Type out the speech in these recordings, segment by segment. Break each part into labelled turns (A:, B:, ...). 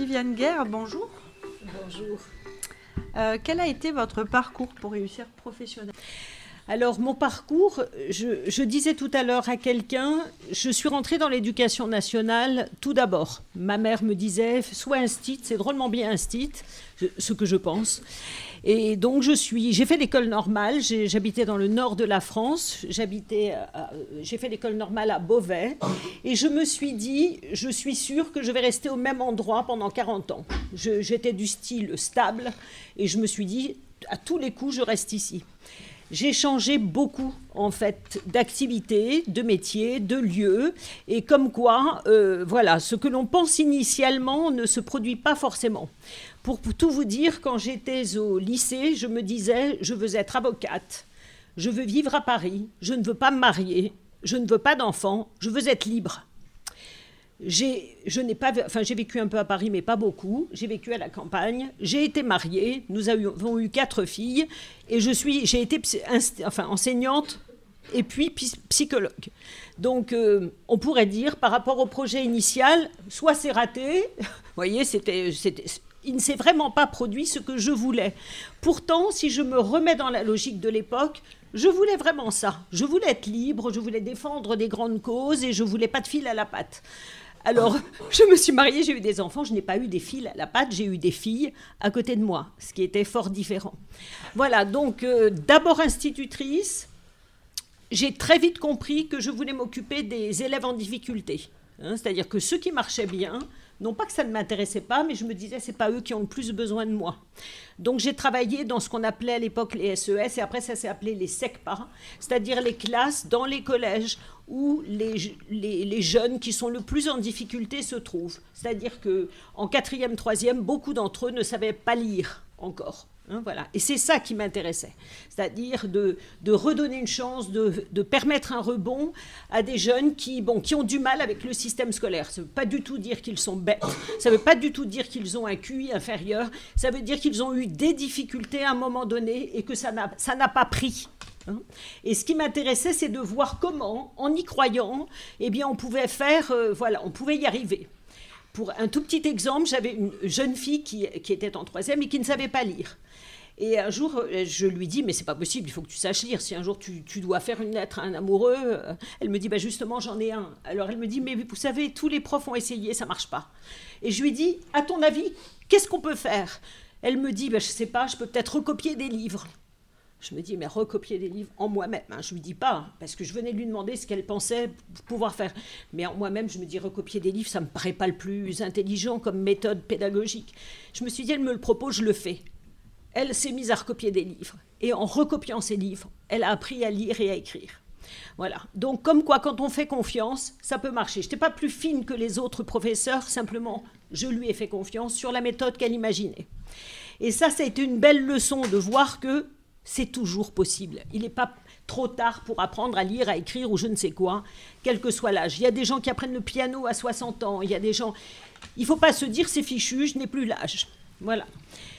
A: Viviane Guerre, bonjour.
B: Bonjour.
A: Quel a été votre parcours pour réussir professionnellement ?
B: Alors, mon parcours, je disais tout à l'heure à quelqu'un, je suis rentrée dans l'éducation nationale tout d'abord. Ma mère me disait, sois instite, c'est drôlement bien instite, ce que je pense. Et donc, j'ai fait l'école normale, j'habitais dans le nord de la France, j'ai fait l'école normale à Beauvais, et je me suis dit, je suis sûre que je vais rester au même endroit pendant 40 ans. J'étais du style stable, et je me suis dit, à tous les coups, je reste ici. J'ai changé beaucoup, en fait, d'activités, de métiers, de lieux, et comme quoi, voilà, ce que l'on pense initialement ne se produit pas forcément. Pour tout vous dire, quand j'étais au lycée, je me disais, je veux être avocate, je veux vivre à Paris, je ne veux pas me marier, je ne veux pas d'enfants, je veux être libre. J'ai vécu un peu à Paris, mais pas beaucoup. J'ai vécu à la campagne. J'ai été mariée. Nous avons eu 4 filles. Et j'ai été enseignante et puis psychologue. Donc, on pourrait dire, par rapport au projet initial, soit c'est raté. Vous voyez, il ne s'est vraiment pas produit ce que je voulais. Pourtant, si je me remets dans la logique de l'époque, je voulais vraiment ça. Je voulais être libre, je voulais défendre des grandes causes et je ne voulais pas de fil à la patte. Alors, je me suis mariée, j'ai eu des enfants, je n'ai pas eu des fils à la patte, j'ai eu des filles à côté de moi, ce qui était fort différent. Voilà, donc d'abord institutrice, j'ai très vite compris que je voulais m'occuper des élèves en difficulté. C'est-à-dire que ceux qui marchaient bien, non pas que ça ne m'intéressait pas, mais je me disais, c'est pas eux qui ont le plus besoin de moi. Donc j'ai travaillé dans ce qu'on appelait à l'époque les SES, et après ça s'est appelé les SECPA, c'est-à-dire les classes dans les collèges où les jeunes qui sont le plus en difficulté se trouvent. C'est-à-dire qu'en 4e, 3e, beaucoup d'entre eux ne savaient pas lire encore. Voilà. Et c'est ça qui m'intéressait, c'est-à-dire de redonner une chance, de permettre un rebond à des jeunes qui ont du mal avec le système scolaire. Ça ne veut pas du tout dire qu'ils sont bêtes, ça ne veut pas du tout dire qu'ils ont un QI inférieur, ça veut dire qu'ils ont eu des difficultés à un moment donné et que ça n'a pas pris. Et ce qui m'intéressait, c'est de voir comment, en y croyant, on pouvait on pouvait y arriver. Pour un tout petit exemple, j'avais une jeune fille qui était en 3e et qui ne savait pas lire. Et un jour, je lui dis, mais c'est pas possible, il faut que tu saches lire. Si un jour tu dois faire une lettre à un amoureux, elle me dit, justement, j'en ai un. Alors elle me dit, mais vous savez, tous les profs ont essayé, ça marche pas. Et je lui dis, à ton avis, qu'est-ce qu'on peut faire ? Elle me dit, je sais pas, je peux peut-être recopier des livres. Je me dis, mais recopier des livres en moi-même, je ne lui dis pas, parce que je venais de lui demander ce qu'elle pensait pouvoir faire. Mais en moi-même, je me dis, recopier des livres, ça ne me paraît pas le plus intelligent comme méthode pédagogique. Je me suis dit, elle me le propose, je le fais. Elle s'est mise à recopier des livres. Et en recopiant ces livres, elle a appris à lire et à écrire. Voilà. Donc, comme quoi, quand on fait confiance, ça peut marcher. Je n'étais pas plus fine que les autres professeurs, simplement, je lui ai fait confiance sur la méthode qu'elle imaginait. Et ça a été une belle leçon de voir que c'est toujours possible. Il n'est pas trop tard pour apprendre à lire, à écrire ou je ne sais quoi, quel que soit l'âge. Il y a des gens qui apprennent le piano à 60 ans. Il y a des gens... Il ne faut pas se dire, c'est fichu, je n'ai plus l'âge. Voilà.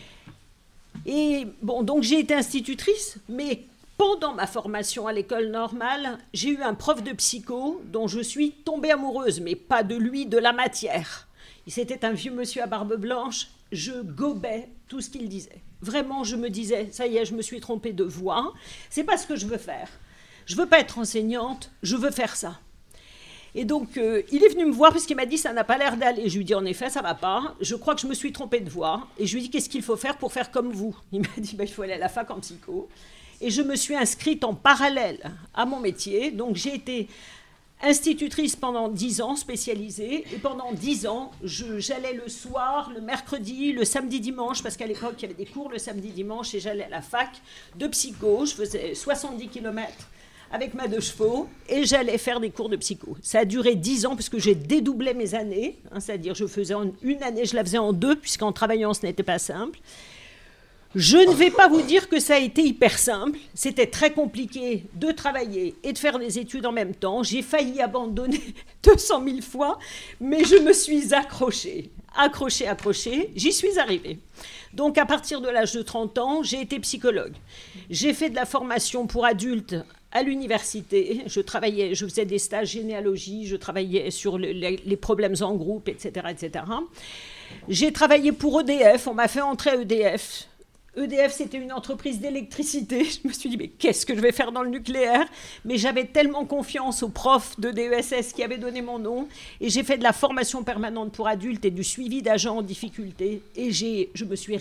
B: Et donc j'ai été institutrice, mais pendant ma formation à l'école normale, j'ai eu un prof de psycho dont je suis tombée amoureuse, mais pas de lui, de la matière. C'était un vieux monsieur à barbe blanche. Je gobais tout ce qu'il disait. Vraiment, je me disais, ça y est, je me suis trompée de voie. C'est pas ce que je veux faire. Je veux pas être enseignante, je veux faire ça. Et donc, il est venu me voir parce qu'il m'a dit, ça n'a pas l'air d'aller. Je lui ai dit, en effet, ça va pas. Je crois que je me suis trompée de voie. Et je lui ai dit, qu'est-ce qu'il faut faire pour faire comme vous ? Il m'a dit, il faut aller à la fac en psycho. Et je me suis inscrite en parallèle à mon métier. Donc, j'ai été institutrice pendant 10 ans, spécialisée, et pendant 10 ans, j'allais le soir, le mercredi, le samedi, dimanche, parce qu'à l'époque, il y avait des cours le samedi, dimanche, et j'allais à la fac de psycho, je faisais 70 km avec ma 2 chevaux, et j'allais faire des cours de psycho. Ça a duré 10 ans, parce que j'ai dédoublé mes années, c'est-à-dire je faisais une année, je la faisais en 2, puisqu'en travaillant, ce n'était pas simple. Je ne vais pas vous dire que ça a été hyper simple. C'était très compliqué de travailler et de faire des études en même temps. J'ai failli abandonner 200 000 fois, mais je me suis accrochée. J'y suis arrivée. Donc, à partir de l'âge de 30 ans, j'ai été psychologue. J'ai fait de la formation pour adultes à l'université. Je faisais des stages généalogie, je travaillais sur les problèmes en groupe, etc., etc. J'ai travaillé pour EDF, on m'a fait entrer à EDF. EDF, c'était une entreprise d'électricité. Je me suis dit, mais qu'est-ce que je vais faire dans le nucléaire? Mais j'avais tellement confiance aux profs de DESS qui avaient donné mon nom. Et j'ai fait de la formation permanente pour adultes et du suivi d'agents en difficulté. Et je me suis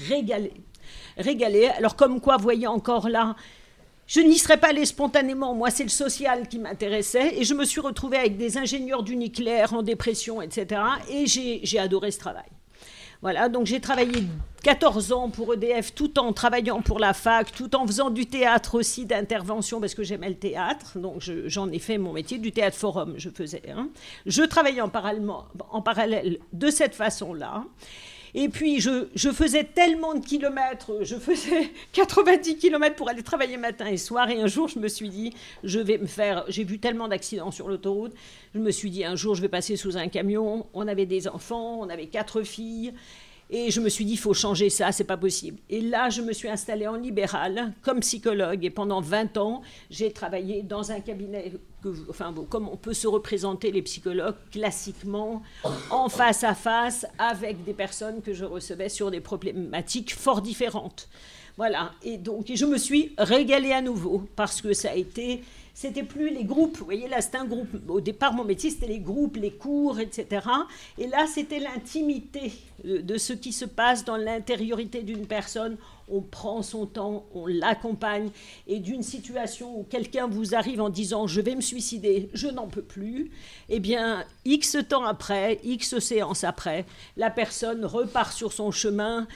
B: régalée. Alors comme quoi, vous voyez encore là, je n'y serais pas allée spontanément. Moi, c'est le social qui m'intéressait. Et je me suis retrouvée avec des ingénieurs du nucléaire en dépression, etc. Et j'ai adoré ce travail. Voilà, donc j'ai travaillé 14 ans pour EDF, tout en travaillant pour la fac, tout en faisant du théâtre aussi, d'intervention, parce que j'aimais le théâtre. Donc j'en ai fait mon métier, du théâtre forum, je faisais. Je travaillais en parallèle de cette façon-là. Et puis, je faisais tellement de kilomètres, je faisais 90 kilomètres pour aller travailler matin et soir. Et un jour, je me suis dit, j'ai vu tellement d'accidents sur l'autoroute, je me suis dit, un jour, je vais passer sous un camion. On avait des enfants, on avait 4 filles. Et je me suis dit, il faut changer ça, c'est pas possible. Et là, je me suis installée en libéral comme psychologue. Et pendant 20 ans, j'ai travaillé dans un cabinet, comme on peut se représenter les psychologues classiquement, en face à face, avec des personnes que je recevais sur des problématiques fort différentes. Voilà. Et donc, je me suis régalée à nouveau, parce que c'était plus les groupes, vous voyez, là, c'était un groupe. Au départ, mon métier, c'était les groupes, les cours, etc. Et là, c'était l'intimité de ce qui se passe dans l'intériorité d'une personne. On prend son temps, on l'accompagne. Et d'une situation où quelqu'un vous arrive en disant « je vais me suicider, je n'en peux plus », eh bien, X temps après, X séances après, la personne repart sur son chemin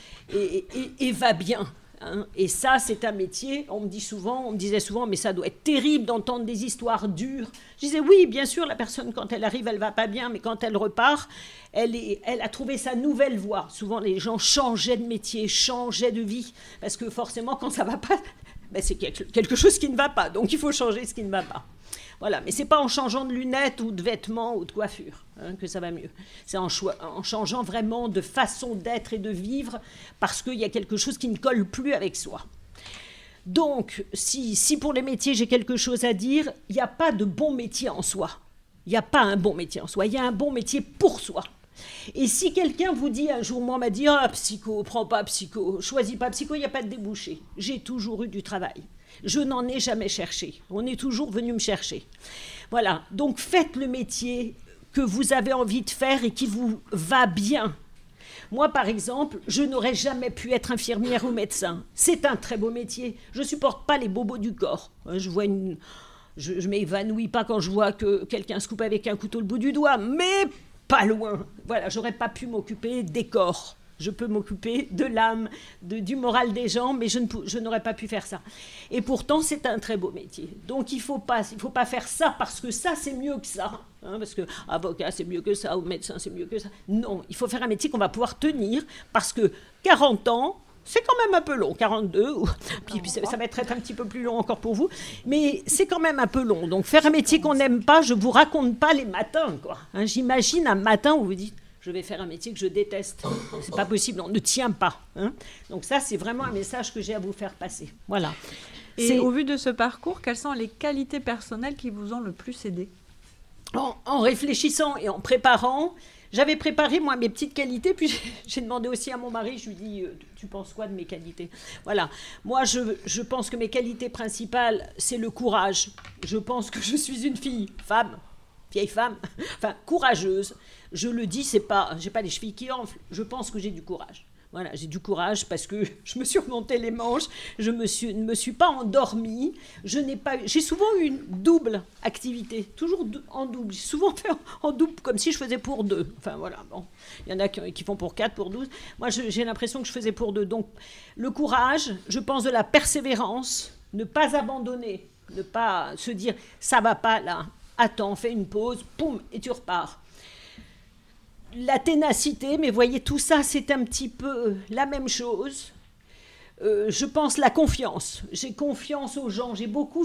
B: et va bien. Et ça, c'est un métier, on me disait souvent, mais ça doit être terrible d'entendre des histoires dures. Je disais, oui, bien sûr, la personne, quand elle arrive, elle va pas bien, mais quand elle repart, elle a trouvé sa nouvelle voie. Souvent, les gens changeaient de métier, changeaient de vie, parce que forcément, quand ça va pas, c'est quelque chose qui ne va pas, donc il faut changer ce qui ne va pas. Voilà, mais ce n'est pas en changeant de lunettes ou de vêtements ou de coiffure que ça va mieux. C'est en changeant vraiment de façon d'être et de vivre, parce qu'il y a quelque chose qui ne colle plus avec soi. Donc, si pour les métiers j'ai quelque chose à dire, il n'y a pas de bon métier en soi. Il n'y a pas un bon métier en soi, il y a un bon métier pour soi. Et si quelqu'un vous dit, un jour, moi, m'a dit « Ah, psycho, prends pas psycho, choisis pas psycho, il n'y a pas de débouché. » J'ai toujours eu du travail. Je n'en ai jamais cherché. On est toujours venu me chercher. Voilà. Donc, faites le métier que vous avez envie de faire et qui vous va bien. Moi, par exemple, je n'aurais jamais pu être infirmière ou médecin. C'est un très beau métier. Je ne supporte pas les bobos du corps. Je m'évanouis pas quand je vois que quelqu'un se coupe avec un couteau le bout du doigt, mais pas loin. Voilà, j'aurais pas pu m'occuper des corps. Je peux m'occuper de l'âme, du moral des gens, mais je n'aurais pas pu faire ça. Et pourtant, c'est un très beau métier. Donc, il faut pas faire ça parce que ça, c'est mieux que ça. Parce que avocat, c'est mieux que ça, ou médecin, c'est mieux que ça. Non, il faut faire un métier qu'on va pouvoir tenir parce que 40 ans, c'est quand même un peu long, 42, puis ça va être un petit peu plus long encore pour vous, mais c'est quand même un peu long. Donc, faire un métier qu'on n'aime pas, je ne vous raconte pas les matins, quoi. J'imagine un matin où vous dites, je vais faire un métier que je déteste. C'est pas possible, on ne tient pas. Donc ça, c'est vraiment un message que j'ai à vous faire passer. Voilà.
A: Et au vu de ce parcours, quelles sont les qualités personnelles qui vous ont le plus aidé ?
B: En réfléchissant et en préparant, j'avais préparé, moi, mes petites qualités, puis j'ai demandé aussi à mon mari, je lui dis, tu penses quoi de mes qualités ? Voilà. Moi, je pense que mes qualités principales, c'est le courage. Je pense que je suis une vieille femme, enfin, courageuse. Je le dis, j'ai pas les chevilles qui enflent, je pense que j'ai du courage. Voilà, j'ai du courage parce que je me suis remonté les manches, je ne me suis pas endormie, j'ai souvent eu une double activité, toujours en double, j'ai souvent fait en double comme si je faisais pour 2. Enfin voilà, bon, il y en a qui font pour 4, pour 12. Moi, j'ai l'impression que je faisais pour 2. Donc, le courage, je pense de la persévérance, ne pas abandonner, ne pas se dire, ça va pas là, attends, fais une pause, poum, et tu repars. La ténacité, mais voyez, tout ça, c'est un petit peu la même chose. Je pense la confiance. J'ai confiance aux gens. J'ai beaucoup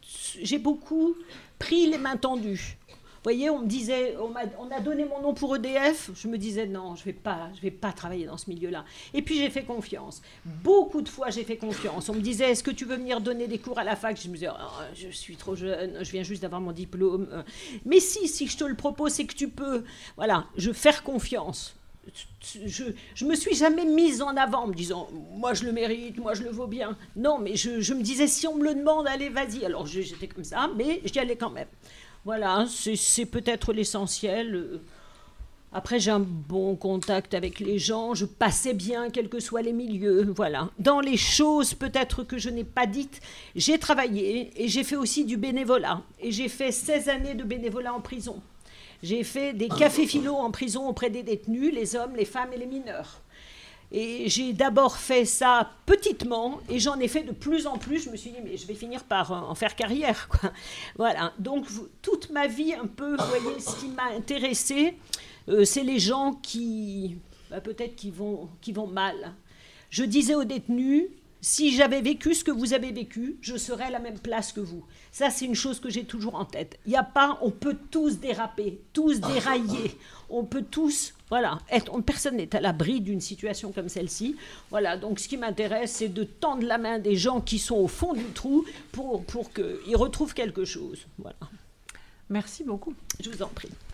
B: pris les mains tendues. Vous voyez, on me disait, on a donné mon nom pour EDF. Je me disais, non, je vais pas travailler dans ce milieu-là. Et puis, j'ai fait confiance. Beaucoup de fois, j'ai fait confiance. On me disait, est-ce que tu veux venir donner des cours à la fac ? Je me disais, oh, je suis trop jeune, je viens juste d'avoir mon diplôme. Mais si je te le propose, c'est que tu peux. Voilà, faire confiance. je me suis jamais mise en avant en me disant moi je le mérite, moi je le vaux bien. Non, mais je me disais si on me le demande, allez vas-y. Alors j'étais comme ça, mais j'y allais quand même. Voilà, c'est peut-être l'essentiel. Après, j'ai un bon contact avec les gens, je passais bien, quels que soient les milieux, voilà. Dans les choses peut-être que je n'ai pas dites, j'ai travaillé et j'ai fait aussi du bénévolat. Et j'ai fait 16 années de bénévolat en prison. J'ai fait des cafés philo en prison auprès des détenus, les hommes, les femmes et les mineurs. Et j'ai d'abord fait ça petitement et j'en ai fait de plus en plus. Je me suis dit, mais je vais finir par en faire carrière, quoi. Voilà, donc toute ma vie, un peu, vous voyez, ce qui m'a intéressée, c'est les gens qui, peut-être qui vont mal. Je disais aux détenus, si j'avais vécu ce que vous avez vécu, je serais à la même place que vous. Ça, c'est une chose que j'ai toujours en tête. Il n'y a pas, on peut tous déraper, tous dérailler. On peut tous, voilà, personne n'est à l'abri d'une situation comme celle-ci. Voilà, donc ce qui m'intéresse, c'est de tendre la main des gens qui sont au fond du trou pour qu'ils retrouvent quelque chose. Voilà.
A: Merci beaucoup.
B: Je vous en prie.